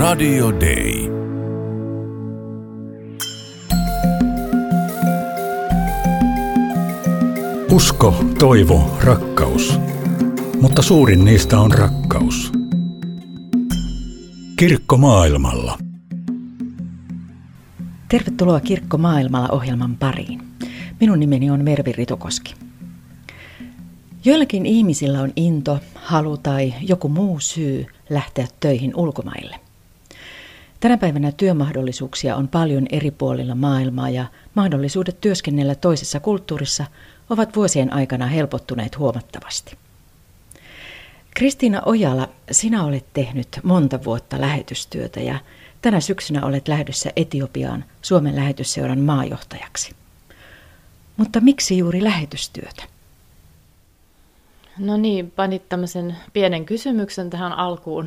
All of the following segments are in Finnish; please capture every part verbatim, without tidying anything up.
Radio Day. Usko, toivo, rakkaus. Mutta suurin niistä on rakkaus. Kirkko maailmalla. Tervetuloa Kirkko maailmalla -ohjelman pariin. Minun nimeni on Mervi Ritokoski. Joillakin ihmisillä on into, halu tai joku muu syy lähteä töihin ulkomaille. Tänä päivänä työmahdollisuuksia on paljon eri puolilla maailmaa ja mahdollisuudet työskennellä toisessa kulttuurissa ovat vuosien aikana helpottuneet huomattavasti. Kristiina Ojala, sinä olet tehnyt monta vuotta lähetystyötä ja tänä syksynä olet lähdössä Etiopiaan Suomen lähetysseuran maajohtajaksi. Mutta miksi juuri lähetystyötä? No niin, panit tämmöisen pienen kysymyksen tähän alkuun.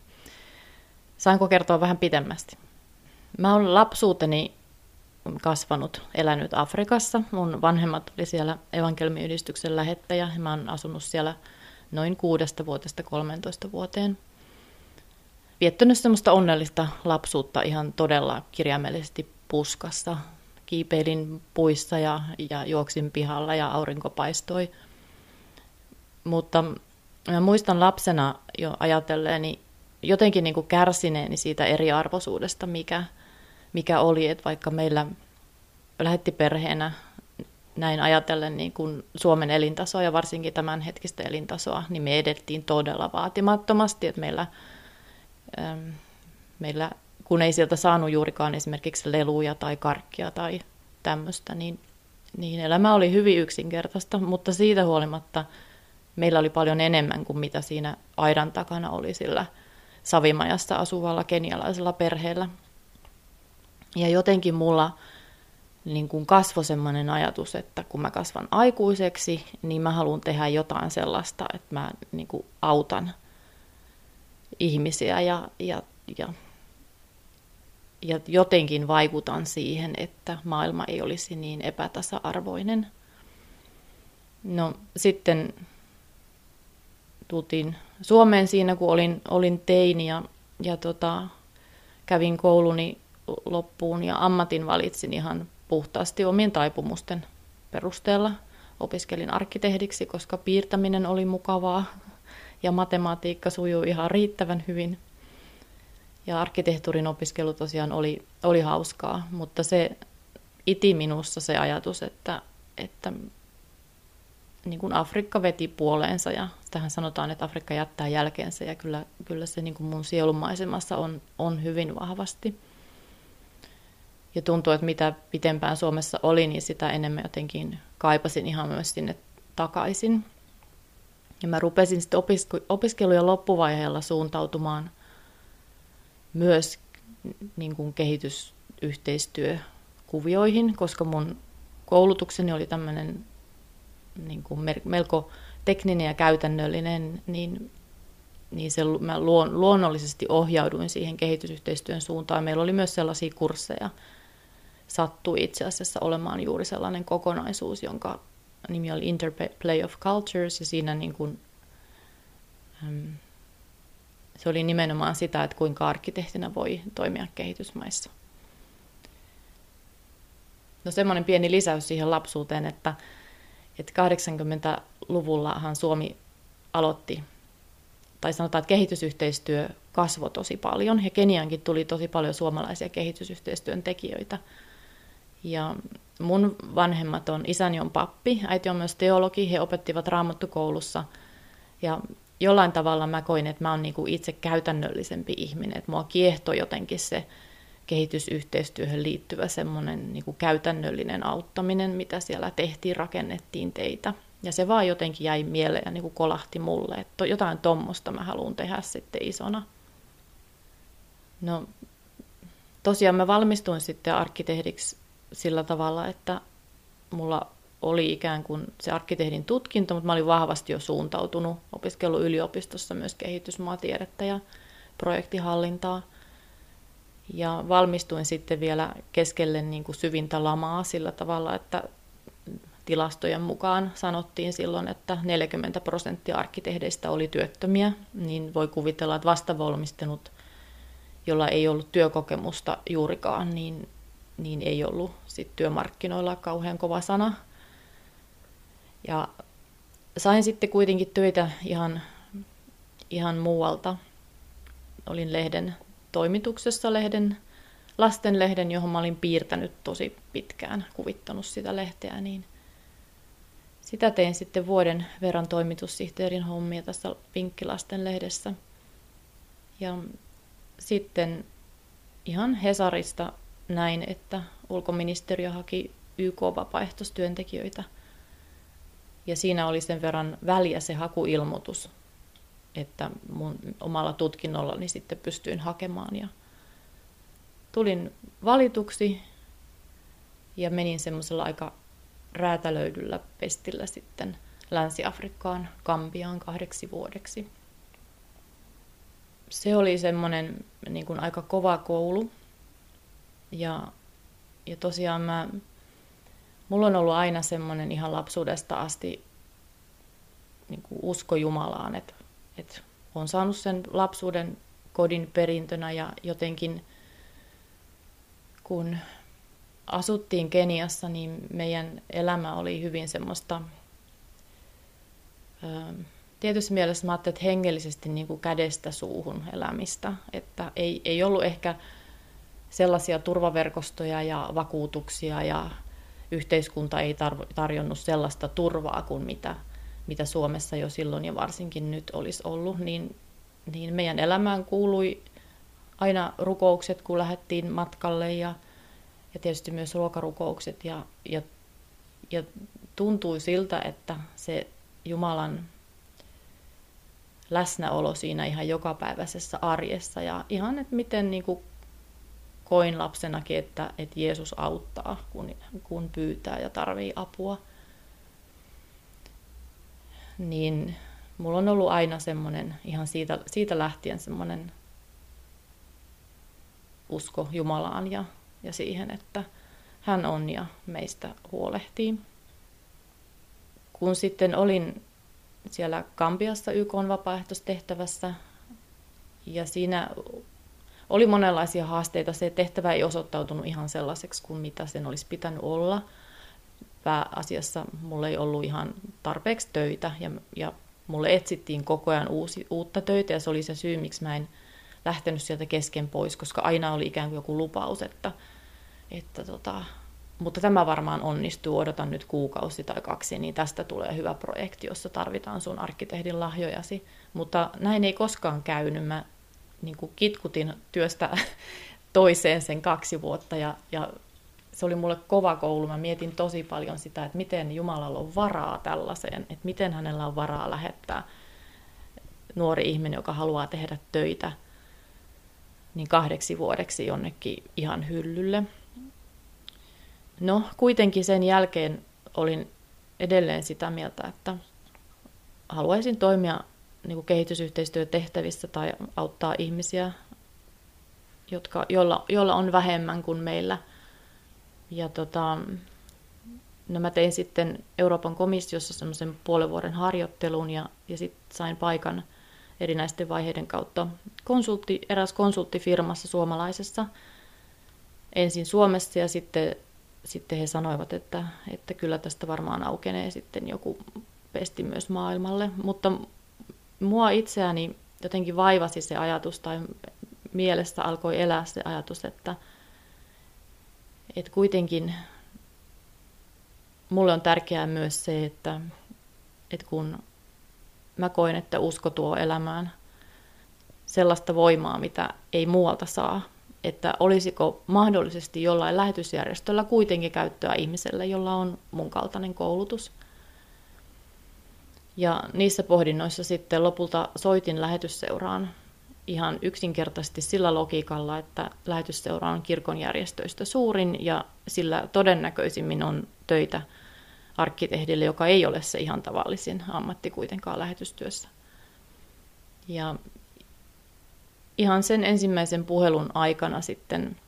Saanko kertoa vähän pitemmästi? Mä olen lapsuuteni kasvanut, elänyt Afrikassa. Mun vanhemmat oli siellä evankeliumiyhdistyksen lähettäjä ja mä oon asunut siellä noin kuudesta vuodesta kolmeentoista vuoteen. Viettänyt semmoista onnellista lapsuutta ihan todella kirjaimellisesti puskassa. Kiipeilin puissa ja, ja juoksin pihalla ja aurinko paistoi. Mutta mä muistan lapsena jo ajatelleeni jotenkin niin kuin kärsineeni siitä eriarvoisuudesta, mikä, mikä oli, että vaikka meillä lähettiperheenä näin ajatellen niin kuin Suomen elintasoa ja varsinkin tämän hetkistä elintasoa, niin me edettiin todella vaatimattomasti, että meillä, ähm, meillä kun ei sieltä saanut juurikaan esimerkiksi leluja tai karkkia tai tämmöistä, niin, niin elämä oli hyvin yksinkertaista, mutta siitä huolimatta meillä oli paljon enemmän kuin mitä siinä aidan takana oli sillä Savimajassa asuvalla kenialaisella perheellä. Ja jotenkin mulla niin kuin kasvoi semmoinen ajatus, että kun mä kasvan aikuiseksi, niin mä haluan tehdä jotain sellaista, että mä niin kuin autan ihmisiä ja, ja, ja, ja jotenkin vaikutan siihen, että maailma ei olisi niin epätasa-arvoinen. No sitten tultiin Suomeen siinä, kun olin, olin teini ja, ja tota, kävin kouluni loppuun ja ammatin valitsin ihan puhtaasti omien taipumusten perusteella. Opiskelin arkkitehdiksi, koska piirtäminen oli mukavaa ja matematiikka sujui ihan riittävän hyvin. Ja arkkitehtuurin opiskelu tosiaan oli, oli hauskaa, mutta se iti minussa se ajatus, että, että niin kuin Afrikka veti puoleensa ja tähän sanotaan, että Afrikka jättää jälkeensä ja kyllä, kyllä se niin kuin mun sielunmaisemassa on, on hyvin vahvasti. Ja tuntuu, että mitä pitempään Suomessa oli, niin sitä enemmän jotenkin kaipasin ihan myös sinne takaisin. Ja mä rupesin sitten opiskelujen loppuvaiheella suuntautumaan myös niin kuin kehitysyhteistyökuvioihin, koska mun koulutukseni oli tämmöinen niin kuin melko tekninen ja käytännöllinen, niin, niin se, mä luon, luonnollisesti ohjauduin siihen kehitysyhteistyön suuntaan. Meillä oli myös sellaisia kursseja, sattui itse asiassa olemaan juuri sellainen kokonaisuus, jonka nimi oli Interplay of Cultures, ja siinä niin kuin, äm, se oli nimenomaan sitä, että kuinka arkkitehtinä voi toimia kehitysmaissa. No semmoinen pieni lisäys siihen lapsuuteen, että että kahdeksankymmentäluvullahan Suomi aloitti, tai sanotaan, että kehitysyhteistyö kasvoi tosi paljon, ja Keniankin tuli tosi paljon suomalaisia kehitysyhteistyön tekijöitä. Ja mun vanhemmat on, isäni on pappi, äiti on myös teologi, he opettivat raamattukoulussa, ja jollain tavalla mä koin, että mä oon niinku itse käytännöllisempi ihminen, että mua kiehtoi jotenkin se kehitysyhteistyöhön liittyvä semmoinen niin kuin käytännöllinen auttaminen, mitä siellä tehtiin, rakennettiin teitä. Ja se vaan jotenkin jäi mieleen ja niin kuin kolahti mulle, että jotain tommosta mä haluan tehdä sitten isona. No tosiaan mä valmistuin sitten arkkitehdiksi sillä tavalla, että mulla oli ikään kuin se arkkitehdin tutkinto, mutta mä olin vahvasti jo suuntautunut, opiskellut yliopistossa myös kehitysmaatiedettä ja projektihallintaa. Ja valmistuin sitten vielä keskelle niin kuin syvintä lamaa sillä tavalla, että tilastojen mukaan sanottiin silloin, että neljäkymmentä prosenttia arkkitehdeistä oli työttömiä, niin voi kuvitella, että vastavalmistunut jolla ei ollut työkokemusta juurikaan, niin, niin ei ollut sit työmarkkinoilla kauhean kova sana. Ja sain sitten kuitenkin töitä ihan, ihan muualta. Olin lehden toimituksessa, lehden, lastenlehden, johon mä olin piirtänyt tosi pitkään, kuvittanut sitä lehteä, niin sitä tein sitten vuoden verran toimitussihteerin hommia tässä Pinkkilasten lehdessä. Ja sitten ihan Hesarista näin, että ulkoministeriö haki Y K-vapaaehtoistyöntekijöitä. Ja siinä oli sen verran väliä se hakuilmoitus, että mun omalla tutkinnollani sitten pystyin hakemaan. Ja tulin valituksi ja menin semmoisella aika räätälöidyllä pestillä sitten Länsi-Afrikkaan, Gambiaan kahdeksi vuodeksi. Se oli semmoinen niin kuin aika kova koulu. Ja, ja tosiaan mä, mulla on ollut aina semmoinen ihan lapsuudesta asti niin kuin usko Jumalaan, että, että olen saanut sen lapsuuden kodin perintönä ja jotenkin kun asuttiin Keniassa, niin meidän elämä oli hyvin semmoista, tietyssä mielessä mä ajattelin, että hengellisesti niin kuin kädestä suuhun elämistä, että ei, ei ollut ehkä sellaisia turvaverkostoja ja vakuutuksia ja yhteiskunta ei tarjonnut sellaista turvaa kuin mitä, mitä Suomessa jo silloin ja varsinkin nyt olisi ollut, niin, niin meidän elämään kuului aina rukoukset, kun lähdettiin matkalle ja, ja tietysti myös ruokarukoukset ja, ja, ja tuntui siltä, että se Jumalan läsnäolo siinä ihan jokapäiväisessä arjessa ja ihan, että miten niin kuin koin lapsenakin, että, että Jeesus auttaa, kun, kun pyytää ja tarvii apua. Niin mulla on ollut aina semmoinen, ihan siitä, siitä lähtien semmoinen usko Jumalaan ja, ja siihen, että hän on ja meistä huolehtii. Kun sitten olin siellä Gambiassa Y K:n vapaaehtoistehtävässä ja siinä oli monenlaisia haasteita. Se tehtävä ei osoittautunut ihan sellaiseksi kuin mitä sen olisi pitänyt olla. Pääasiassa mulla ei ollut ihan tarpeeksi töitä ja, ja mulle etsittiin koko ajan uusi, uutta töitä ja se oli se syy, miksi mä en lähtenyt sieltä kesken pois, koska aina oli ikään kuin joku lupaus, että, että tota, mutta tämä varmaan onnistuu, odotan nyt kuukausi tai kaksi, niin tästä tulee hyvä projekti, jossa tarvitaan sun arkkitehdin lahjojasi. Mutta näin ei koskaan käynyt. Mä niin kuin kitkutin työstä toiseen sen kaksi vuotta ja, ja se oli mulle kova koulu. Mä mietin tosi paljon sitä, että miten Jumalalla on varaa tällaiseen, että miten hänellä on varaa lähettää nuori ihminen, joka haluaa tehdä töitä, niin kahdeksi vuodeksi jonnekin ihan hyllylle. No kuitenkin sen jälkeen olin edelleen sitä mieltä, että haluaisin toimia niin kuin kehitysyhteistyötehtävissä tai auttaa ihmisiä, jotka, joilla, joilla on vähemmän kuin meillä. Ja tota, no mä tein sitten Euroopan komissiossa semmoisen puolen vuoden harjoittelun ja, ja sitten sain paikan erinäisten vaiheiden kautta konsultti, eräs konsulttifirmassa suomalaisessa, ensin Suomessa ja sitten, sitten he sanoivat, että, että kyllä tästä varmaan aukenee sitten joku pesti myös maailmalle, mutta mua itseäni jotenkin vaivasi se ajatus tai mielessä alkoi elää se ajatus, että, että kuitenkin mulle on tärkeää myös se, että, että kun mä koen, että usko tuo elämään sellaista voimaa, mitä ei muualta saa, että olisiko mahdollisesti jollain lähetysjärjestöllä kuitenkin käyttöä ihmiselle, jolla on mun kaltainen koulutus. Ja niissä pohdinnoissa sitten lopulta soitin lähetysseuraan ihan yksinkertaisesti sillä logiikalla, että lähetysseura on kirkon järjestöistä suurin ja sillä todennäköisimmin on töitä arkkitehdille, joka ei ole se ihan tavallisin ammatti kuitenkaan lähetystyössä. Ja ihan sen ensimmäisen puhelun aikana sitten,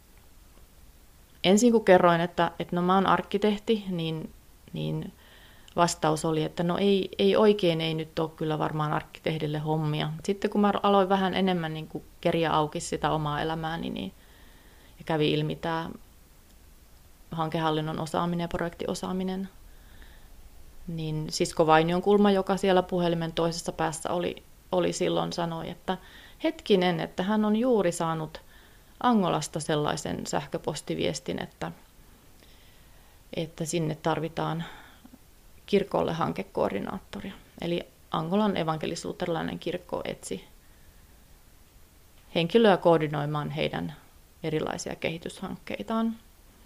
ensin kun kerroin, että, että no mä oon arkkitehti, niin, niin vastaus oli, että no ei, ei oikein, ei nyt ole kyllä varmaan arkkitehdille hommia. Sitten kun mä aloin vähän enemmän niin kuin keriä auki sitä omaa elämääni, niin ja kävi ilmi tämä hankehallinnon osaaminen ja projektiosaaminen, niin Sisko Vainion kulma, joka siellä puhelimen toisessa päässä oli, oli silloin, sanoi, että hetkinen, että hän on juuri saanut Angolasta sellaisen sähköpostiviestin, että, että sinne tarvitaan kirkolle hankekoordinaattoria. Eli Angolan evankelis-luterilainen kirkko etsi henkilöä koordinoimaan heidän erilaisia kehityshankkeitaan.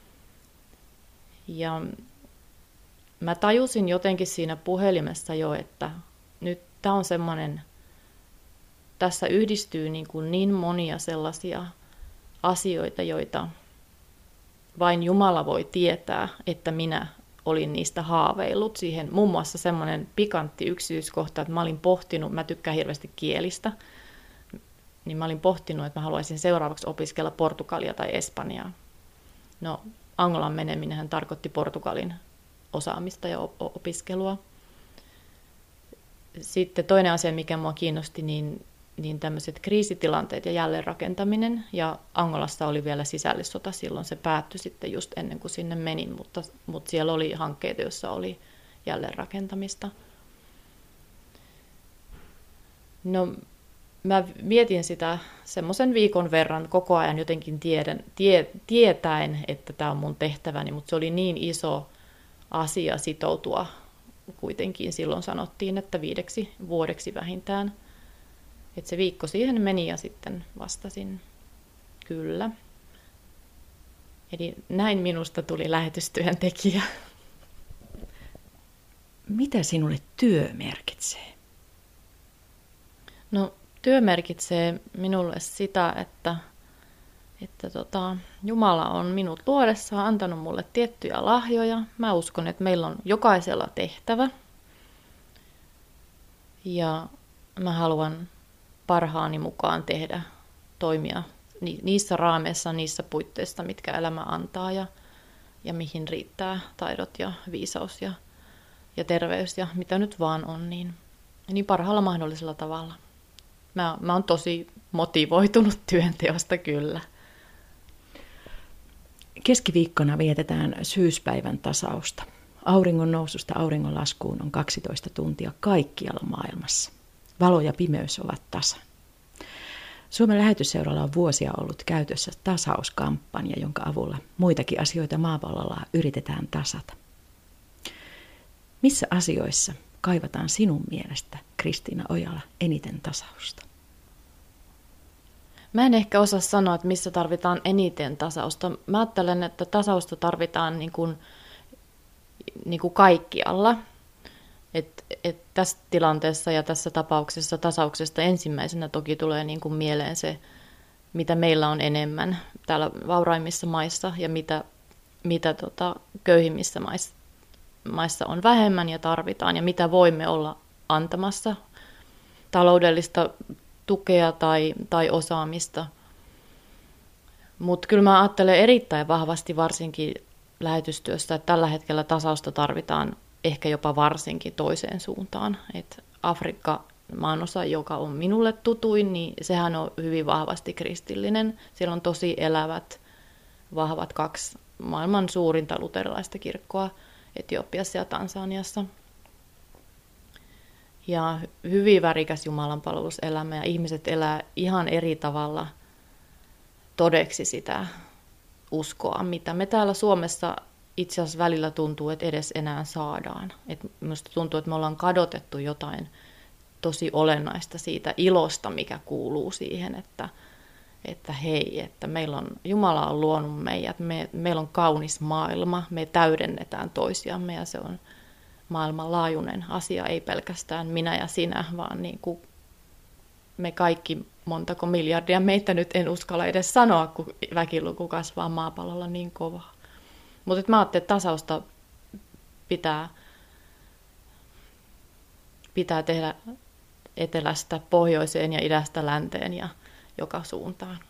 Ja mä tajusin jotenkin siinä puhelimessa jo, että nyt tämä on semmoinen, tässä yhdistyy niin, kuin niin monia sellaisia asioita, joita vain Jumala voi tietää, että minä olin niistä haaveillut. Siihen muun muassa semmoinen pikantti yksityiskohta, että mä olin pohtinut, mä tykkään hirveästi kielistä, niin mä olin pohtinut, että mä haluaisin seuraavaksi opiskella Portugalia tai Espanjaa. No, Angolan meneminenhän tarkoitti Portugalin osaamista ja opiskelua. Sitten toinen asia, mikä mua kiinnosti, niin, niin tämmöiset kriisitilanteet ja jälleenrakentaminen. Ja Angolassa oli vielä sisällissota silloin, se päättyi sitten just ennen kuin sinne menin, mutta, mutta siellä oli hankkeita, joissa oli jälleenrakentamista. No, mä mietin sitä semmoisen viikon verran koko ajan jotenkin tiedän, tie, tietäen, että tämä on mun tehtäväni, mutta se oli niin iso asia sitoutua. Kuitenkin silloin sanottiin, että viideksi vuodeksi vähintään. Että se viikko siihen meni ja sitten vastasin kyllä. Eli näin minusta tuli lähetystyöntekijä. Mitä sinulle työ merkitsee? No, työ merkitsee minulle sitä, että, että tota, Jumala on minut luodessaan antanut mulle tiettyjä lahjoja. Mä uskon, että meillä on jokaisella tehtävä. Ja mä haluan parhaani mukaan tehdä, toimia niissä raameissa, niissä puitteissa, mitkä elämä antaa ja, ja mihin riittää taidot ja viisaus ja, ja terveys ja mitä nyt vaan on, niin, niin parhaalla mahdollisella tavalla. Mä, mä oon tosi motivoitunut työnteosta kyllä. Keskiviikkona vietetään syyspäivän tasausta. Auringon noususta auringon laskuun on kaksitoista tuntia kaikkialla maailmassa. Valo ja pimeys ovat tasan. Suomen lähetysseuralla on vuosia ollut käytössä tasauskampanja, jonka avulla muitakin asioita maapallolla yritetään tasata. Missä asioissa kaivataan sinun mielestä, Kristiina Ojala, eniten tasausta? Mä en ehkä osaa sanoa, että missä tarvitaan eniten tasausta. Mä ajattelen, että tasausta tarvitaan niin kuin, niin kuin kaikkialla. Et, et tässä tilanteessa ja tässä tapauksessa tasauksesta ensimmäisenä toki tulee niin kuin mieleen se, mitä meillä on enemmän täällä vauraimmissa maissa ja mitä, mitä tota, köyhimmissä maissa, maissa on vähemmän ja tarvitaan ja mitä voimme olla antamassa taloudellista tukea tai, tai osaamista. Mutta kyllä mä ajattelen erittäin vahvasti varsinkin lähetystyössä, että tällä hetkellä tasausta tarvitaan ehkä jopa varsinkin toiseen suuntaan. Et Afrikka, maanosa, joka on minulle tutuin, niin sehän on hyvin vahvasti kristillinen. Siellä on tosi elävät, vahvat kaksi maailman suurinta luterilaista kirkkoa Etiopiassa ja Tansaniassa. Ja hyvin värikäs jumalanpalveluselämä ja ihmiset elää ihan eri tavalla todeksi sitä uskoa, mitä me täällä Suomessa itse asiassa välillä tuntuu, että edes enää saadaan. Et minusta tuntuu, että me ollaan kadotettu jotain tosi olennaista siitä ilosta, mikä kuuluu siihen, että, että hei, että meillä on, Jumala on luonut meidät, me, meillä on kaunis maailma, me täydennetään toisiamme ja se on maailmanlaajuinen asia, ei pelkästään minä ja sinä, vaan niin kuin me kaikki, montako miljardia meitä nyt en uskalla edes sanoa, kun väkiluku kasvaa maapallolla niin kovaa. Mutta mä ajattelin, että tasausta pitää, pitää tehdä etelästä pohjoiseen ja idästä länteen ja joka suuntaan.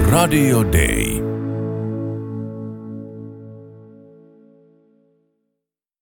Radio Day.